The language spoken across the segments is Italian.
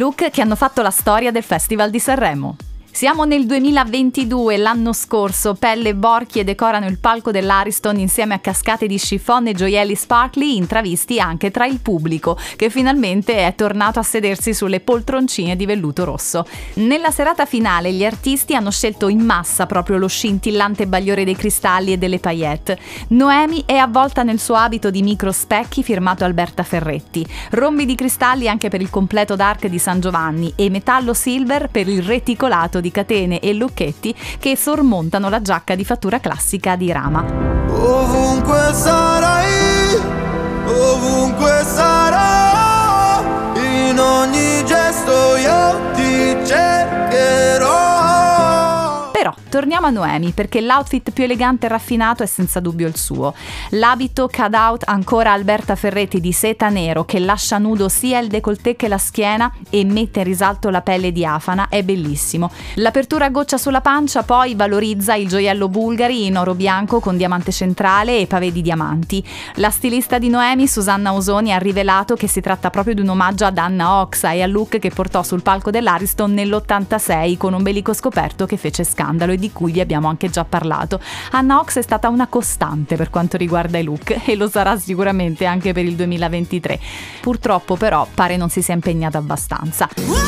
look che hanno fatto la storia del Festival di Sanremo. Siamo nel 2022, l'anno scorso Pelle e Borchie decorano il palco dell'Ariston insieme a cascate di chiffon e gioielli sparkly intravisti anche tra il pubblico, che finalmente è tornato a sedersi sulle poltroncine di velluto rosso. Nella serata finale gli artisti hanno scelto in massa proprio lo scintillante bagliore dei cristalli e delle paillette. Noemi è avvolta nel suo abito di micro specchi firmato Alberta Ferretti, rombi di cristalli anche per il completo dark di San Giovanni e metallo silver per il reticolato di catene e lucchetti che sormontano la giacca di fattura classica di rama. Ovunque sarai, ovunque sarò, in ogni gesto io ti cercherò. Però torniamo a Noemi, perché l'outfit più elegante e raffinato è senza dubbio il suo. L'abito cutout ancora Alberta Ferretti di seta nero che lascia nudo sia il décolleté che la schiena e mette in risalto la pelle diafana è bellissimo. L'apertura a goccia sulla pancia poi valorizza il gioiello Bulgari in oro bianco con diamante centrale e pavé di diamanti. La stilista di Noemi, Susanna Osoni, ha rivelato che si tratta proprio di un omaggio ad Anna Oxa e al look che portò sul palco dell'Ariston nell'86 con un bellico scoperto che fece scandalo e di cui vi abbiamo anche già parlato. Anna Ox è stata una costante per quanto riguarda i look e lo sarà sicuramente anche per il 2023. Purtroppo però pare non si sia impegnata abbastanza.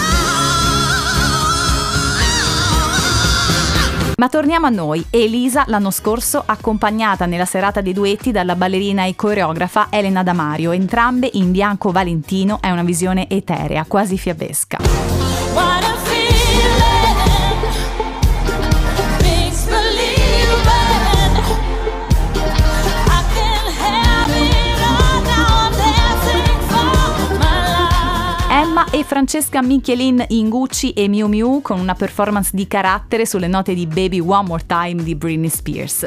Ma torniamo a noi. Elisa l'anno scorso accompagnata nella serata dei duetti dalla ballerina e coreografa Elena Damario, entrambe in bianco valentino. È una visione eterea, quasi fiabesca. Emma e Francesca Michelin in Gucci e Miu Miu con una performance di carattere sulle note di Baby One More Time di Britney Spears.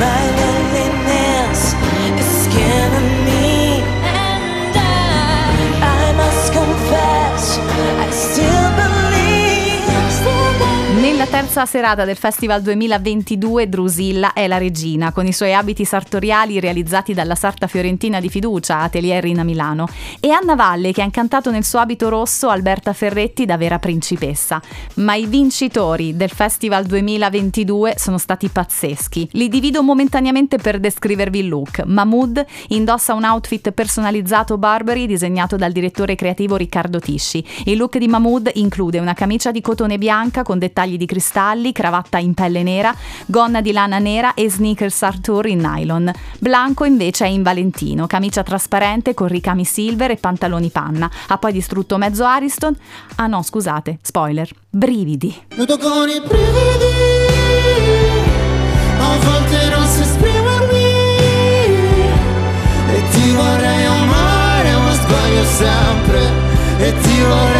Nella terza serata del Festival 2022 Drusilla è la regina, con i suoi abiti sartoriali realizzati dalla sarta fiorentina di fiducia Atelier a Milano, e Anna Valle che ha incantato nel suo abito rosso Alberta Ferretti da vera principessa. Ma i vincitori del Festival 2022 sono stati pazzeschi. Li divido momentaneamente per descrivervi il look. Mahmood indossa un outfit personalizzato Burberry disegnato dal direttore creativo Riccardo Tisci. Il look di Mahmood include una camicia di cotone bianca con dettagli di cristalli, cravatta in pelle nera, gonna di lana nera e sneakers Arthur in nylon. Blanco invece è in valentino, camicia trasparente con ricami silver e pantaloni panna. Ha poi distrutto mezzo Ariston. Ah no, scusate, spoiler, brividi. Nudo con i brividi, a volte non so esprimermi, e ti vorrei amare ma sbaglio sempre, e ti vorrei